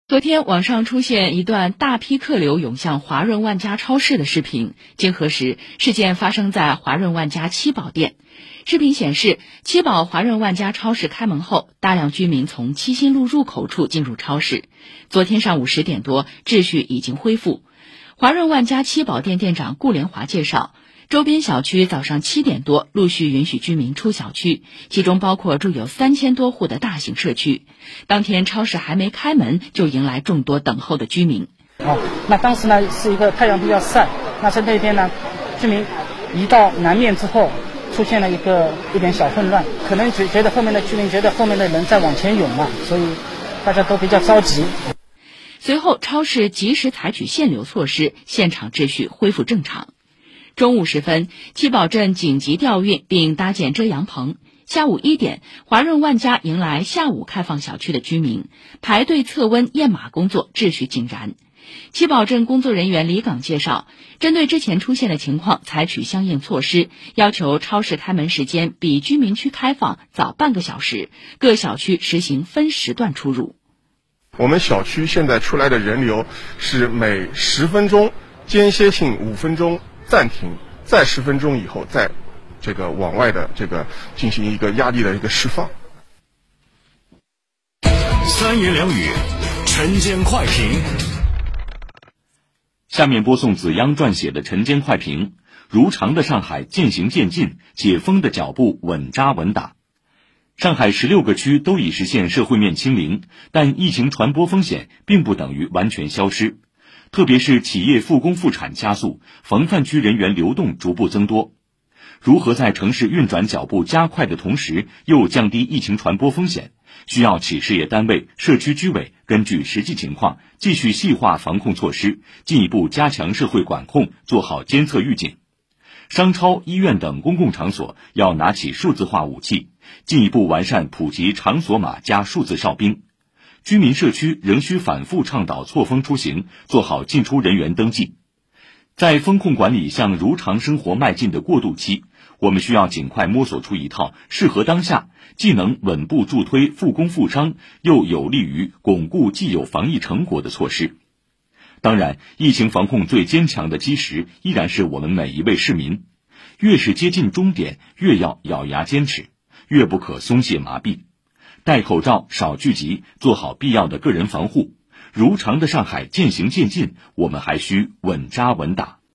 昨天网上出现一段大批客流涌向华润万家超市的视频，经核实，事件发生在华润万家七宝店。视频显示，七宝华润万家超市开门后，大量居民从七星路入口处进入超市。昨天上午10点多，秩序已经恢复。华润万家七宝店店长顾连华介绍，周边小区早上7点多陆续允许居民出小区，其中包括住有3000多户的大型社区。当天超市还没开门，就迎来众多等候的居民。 那当时呢是一个太阳比较晒，那在那边呢，居民移到南面之后，出现了一点小混乱，可能觉得后面的居民觉得后面的人在往前涌嘛，所以大家都比较着急。 随后，超市及时采取限流措施，现场秩序恢复正常。中午时分，七宝镇紧急调运并搭建遮阳棚。下午1点，华润万家迎来下午开放小区的居民，排队测温验码工作秩序井然。七宝镇工作人员李岗介绍，针对之前出现的情况，采取相应措施，要求超市开门时间比居民区开放早半个小时，各小区实行分时段出入。 我们小区现在出来的人流是每10分钟间歇性5分钟暂停，再10分钟以后再往外的进行一个压力的一个释放。 3言2语，晨间快评。 下面播送子央撰写的晨间快评：如常的上海渐行渐近，解封的脚步稳扎稳打。上海16个区都已实现社会面清零，但疫情传播风险并不等于完全消失。特别是企业复工复产加速，防范区人员流动逐步增多。如何在城市运转脚步加快的同时，又降低疫情传播风险，需要企事业单位、社区居委根据实际情况，继续细化防控措施，进一步加强社会管控，做好监测预警。商超、医院等公共场所要拿起数字化武器，进一步完善普及场所码加数字哨兵。居民社区仍需反复倡导错峰出行，做好进出人员登记。在风控管理向如常生活迈进的过渡期，我们需要尽快摸索出一套适合当下，既能稳步助推复工复商，又有利于巩固既有防疫成果的措施。当然，疫情防控最坚强的基石依然是我们每一位市民。越是接近终点，越要咬牙坚持，越不可松懈麻痹。戴口罩，少聚集，做好必要的个人防护。如常的上海渐行渐近，我们还需稳扎稳打。